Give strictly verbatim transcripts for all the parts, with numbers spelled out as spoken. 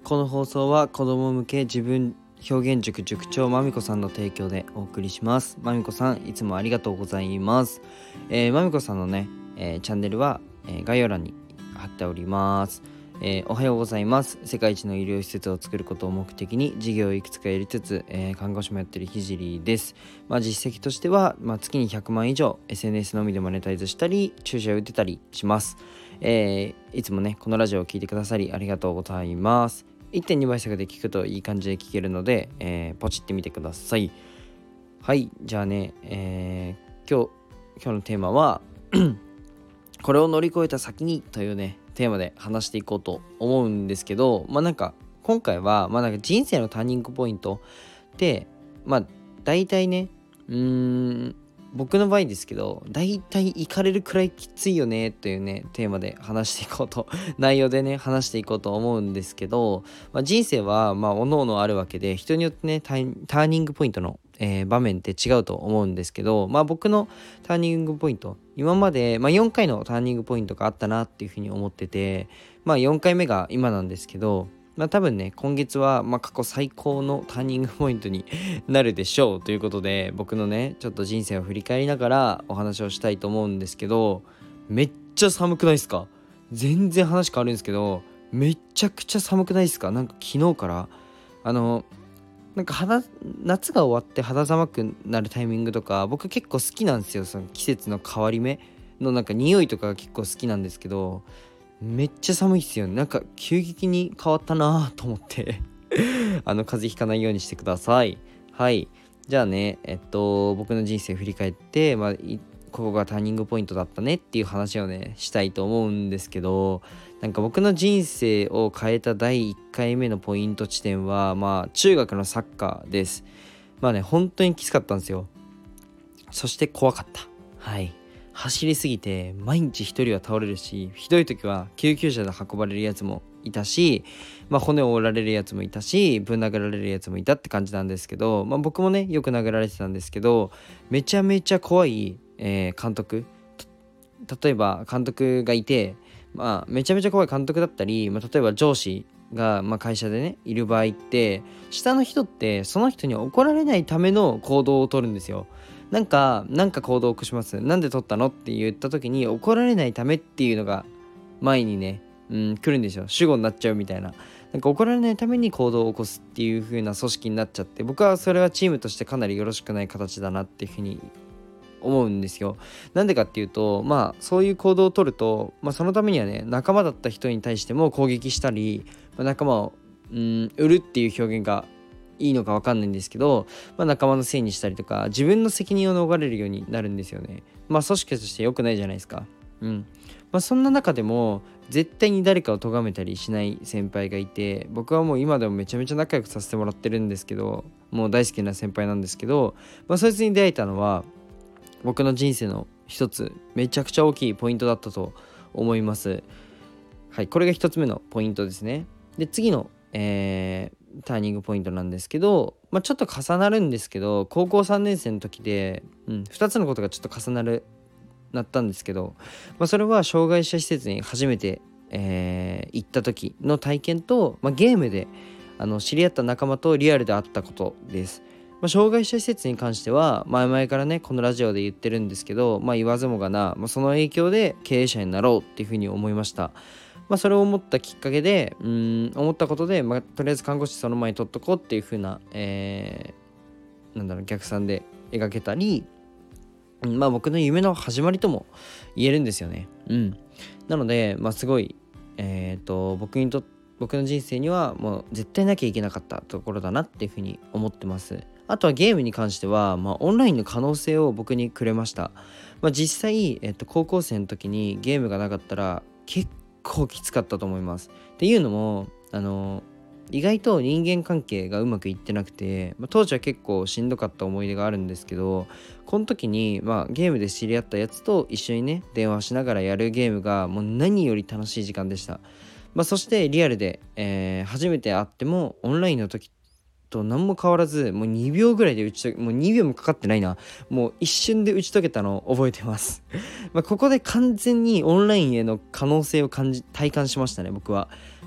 この放送は子供向け自分表現塾塾長まみこさんの提供でお送りします。まみこさんいつもありがとうございます。えー、まみこさんのね、えー、チャンネルは、えー、概要欄に貼っております。えー、おはようございます。世界一の医療施設を作ることを目的に事業をいくつかやりつつ、えー、看護師もやってるひじりです。まあ、実績としては、まあ、月にひゃくまん以上 エスエヌエス のみでマネタイズしたり注射を打てたりします。えー、いつもねこのラジオを聞いてくださりありがとうございます。 いってんに 倍速で聞くといい感じで聞けるので、えー、ポチってみてください。はい、じゃあね、えー、今日今日のテーマはこれを乗り越えた先にというねテーマで話していこうと思うんですけど、まあなんか今回はまあなんか人生のターニングポイントってまあ大体ねうーん僕の場合ですけど大体行かれるくらいきついよねというねテーマで話していこうと内容でね話していこうと思うんですけど、まあ、人生はまあ各々あるわけで人によってねターニングポイントの、えー、場面って違うと思うんですけど、まあ僕のターニングポイント今まで、まあ、よんかいのターニングポイントがあったなっていうふうに思ってて、まあよんかいめが今なんですけど、まあ多分ね今月はまあ過去最高のターニングポイントになるでしょうということで、僕のねちょっと人生を振り返りながらお話をしたいと思うんですけど、めっちゃ寒くないですか？全然話変わるんですけどめちゃくちゃ寒くないですか？なんか昨日からあのなんか肌夏が終わって肌寒くなるタイミングとか僕結構好きなんですよ。その季節の変わり目のなんか匂いとかが結構好きなんですけど、めっちゃ寒いっすよね。なんか急激に変わったなと思ってあの風邪ひかないようにしてください。はい、じゃあねえっと僕の人生振り返って、まあ、ここがターニングポイントだったねっていう話をねしたいと思うんですけど、なんか僕の人生を変えただいいっかいめのポイント地点はまあ中学のサッカーです。まあね本当にきつかったんですよ。そして怖かった。はい、走りすぎて毎日一人は倒れるし、ひどい時は救急車で運ばれるやつもいたし、まあ、骨を折られるやつもいたし、ぶん殴られるやつもいたって感じなんですけど、まあ、僕もねよく殴られてたんですけど、めちゃめちゃ怖い、えー監督、例えば監督がいて、まあ、めちゃめちゃ怖い監督だったり、まあ、例えば上司が、まあ、会社でねいる場合って、下の人ってその人に怒られないための行動を取るんですよ。なんかなんか行動を起こします、なんで取ったのって言った時に怒られないためっていうのが前にね、うん、来るんですよ。主語になっちゃうみたいな、なんか怒られないために行動を起こすっていう風な組織になっちゃって、僕はそれはチームとしてかなりよろしくない形だなっていう風に思うんですよ。なんでかっていうと、まあそういう行動を取ると、まあ、そのためにはね仲間だった人に対しても攻撃したり、まあ、仲間をうん売るっていう表現がいいのか分かんないんですけど、まあ、仲間のせいにしたりとか自分の責任を逃れるようになるんですよね。まあ組織として良くないじゃないですか。うんまあ、そんな中でも絶対に誰かを咎めたりしない先輩がいて、僕はもう今でもめちゃめちゃ仲良くさせてもらってるんですけど、もう大好きな先輩なんですけど、まあ、そいつに出会えたのは僕の人生の一つめちゃくちゃ大きいポイントだったと思います。はい、これが一つ目のポイントですね。で次の、えー、ターニングポイントなんですけど、まあ、ちょっと重なるんですけど、高校さんねん生の時で、うん、ふたつのことがちょっと重なるなったんですけど、まあ、それは障害者施設に初めて、えー行った時の体験と、まあ、ゲームであの知り合った仲間とリアルで会ったことです。まあ、障害者施設に関しては前々からねこのラジオで言ってるんですけど、まあ、言わずもがな、まあ、その影響で経営者になろうっていうふうに思いました。まあ、それを思ったきっかけでうーん思ったことで、まあ、とりあえず看護師その前に取っとこうっていうふうな、えー、なんだろう逆算で描けたり、まあ僕の夢の始まりとも言えるんですよね。うん。なので、まあすごい、えっと、僕にと、僕の人生にはもう絶対なきゃいけなかったところだなっていうふうに思ってます。あとはゲームに関しては、まあオンラインの可能性を僕にくれました。まあ実際、えっと、高校生の時にゲームがなかったら結構きつかったと思います。っていうのも、あの、意外と人間関係がうまくいってなくて、まあ、当時は結構しんどかった思い出があるんですけど、この時に、まあ、ゲームで知り合ったやつと一緒にね電話しながらやるゲームがもう何より楽しい時間でした。まあ、そしてリアルで、えー初めて会ってもオンラインの時と何も変わらず、もうにびょうぐらいで打ち解けもうにびょうもかかってないな、もう一瞬で打ち解けたのを覚えてますまあここで完全にオンラインへの可能性を感じ体感しましたね僕は。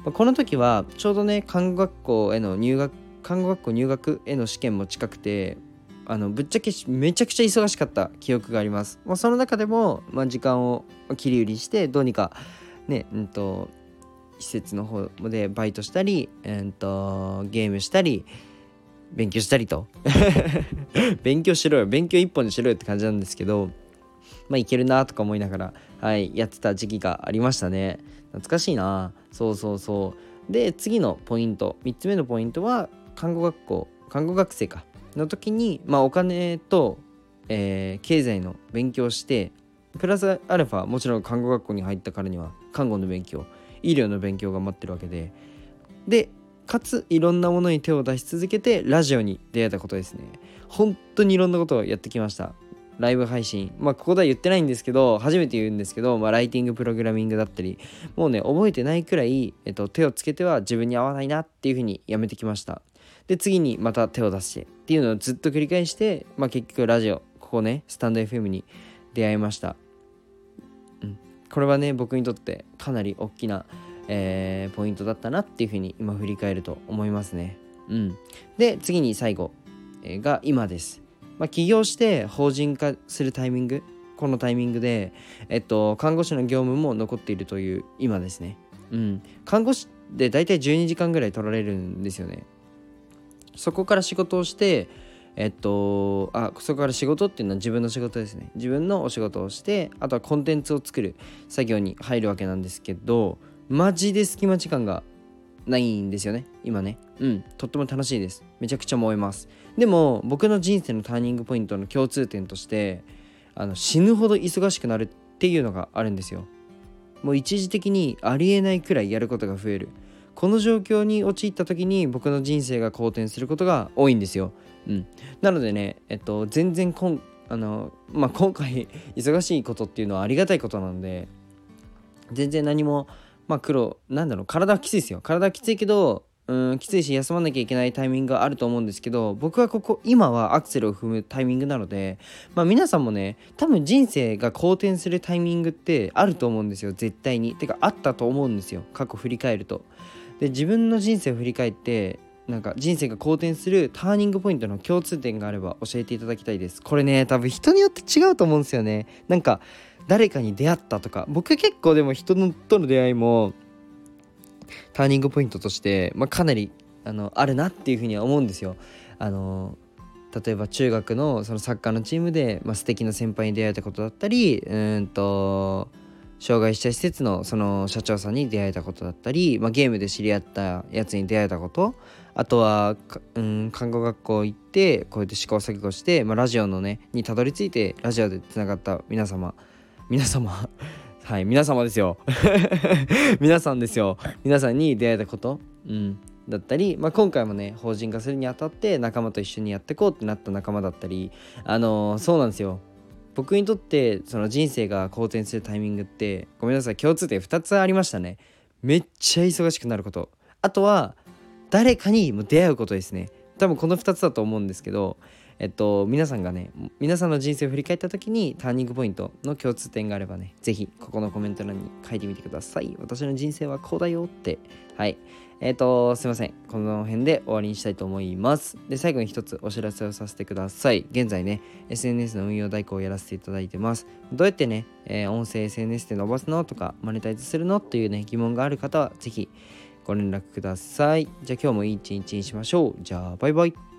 まあ、この時はちょうどね看護学校への入学看護学校入学への試験も近くて、あのぶっちゃけめちゃくちゃ忙しかった記憶があります。まあ、その中でも、まあ、時間を切り売りしてどうにかね、うんと施設の方でバイトしたり、うんとゲームしたり勉強したりと勉強しろよ勉強一本にしろよって感じなんですけど、まあいけるなとか思いながら、はい、やってた時期がありましたね。懐かしいな。そうそうそう。で次のポイントみっつめのポイントは看護学校看護学生かの時に、まあ、お金と、えー、経済の勉強してプラスアルファもちろん看護学校に入ったからには看護の勉強医療の勉強が待ってるわけで、でかついろんなものに手を出し続けてラジオに出会えたことですね。本当にいろんなことをやってきました。ライブ配信、まあここでは言ってないんですけど初めて言うんですけど、まあ、ライティングプログラミングだったりもうね覚えてないくらい、えっと、手をつけては自分に合わないなっていう風にやめてきました。で次にまた手を出してっていうのをずっと繰り返して、まあ、結局ラジオここねスタンド エフエム に出会いました、うん、これはね僕にとってかなり大きな、えー、ポイントだったなっていうふうに今振り返ると思いますね、うん、で次に最後、えー、が今です、まあ、起業して法人化するタイミングこのタイミングで、えっと、看護師の業務も残っているという今ですね、うん、看護師でだいたいじゅうにじかんぐらい取られるんですよね。そこから仕事をしてえっとあそこから仕事っていうのは自分の仕事ですね。自分のお仕事をしてあとはコンテンツを作る作業に入るわけなんですけど、マジで隙間時間がないんですよね今ね。うんとっても楽しいです。めちゃくちゃ燃えます。でも僕の人生のターニングポイントの共通点としてあの死ぬほど忙しくなるっていうのがあるんですよ。もう一時的にありえないくらいやることが増える。この状況に陥った時に僕の人生が好転することが多いんですよ、うん、なのでね、えっと、全然こんあの、まあ、今回忙しいことっていうのはありがたいことなので全然何も、まあ、苦労なんだろう体はきついですよ。体はきついけどうんきついし休まなきゃいけないタイミングがあると思うんですけど、僕はここ今はアクセルを踏むタイミングなので、まあ皆さんもね多分人生が好転するタイミングってあると思うんですよ。絶対にてかあったと思うんですよ。過去振り返るとで自分の人生を振り返ってなんか人生が好転するターニングポイントの共通点があれば教えていただきたいです。これね多分人によって違うと思うんですよね。なんか誰かに出会ったとか、僕結構でも人のとの出会いもターニングポイントとして、まあ、かなり あのあるなっていうふうには思うんですよ。あの例えば中学のそのサッカーのチームで、まあ、素敵な先輩に出会えたことだったり、うーんと障害者施設のその社長さんに出会えたことだったり、まあ、ゲームで知り合ったやつに出会えたこと、あとは、うん、看護学校行ってこうやって試行錯誤して、まあ、ラジオのねにたどり着いてラジオでつながった皆様皆様はい皆様ですよ皆さんですよ皆さんに出会えたこと、うん、だったり、まあ、今回もね法人化するにあたって仲間と一緒にやっていこうってなった仲間だったり、あのー、そうなんですよ。僕にとってその人生が好転するタイミングってごめんなさい共通点ふたつありましたね。めっちゃ忙しくなること、あとは誰かにも出会うことですね。多分このふたつだと思うんですけど、えっと皆さんがね皆さんの人生を振り返った時にターニングポイントの共通点があればねぜひここのコメント欄に書いてみてください。私の人生はこうだよって。はいえっとすいませんこの辺で終わりにしたいと思います。で最後に一つお知らせをさせてください。現在ね エスエヌエス の運用代行をやらせていただいてます。どうやってね、えー、音声 エスエヌエス で伸ばすのとかマネタイズするのっていうね疑問がある方はぜひご連絡ください。じゃあ今日もいい一日にしましょう。じゃあバイバイ。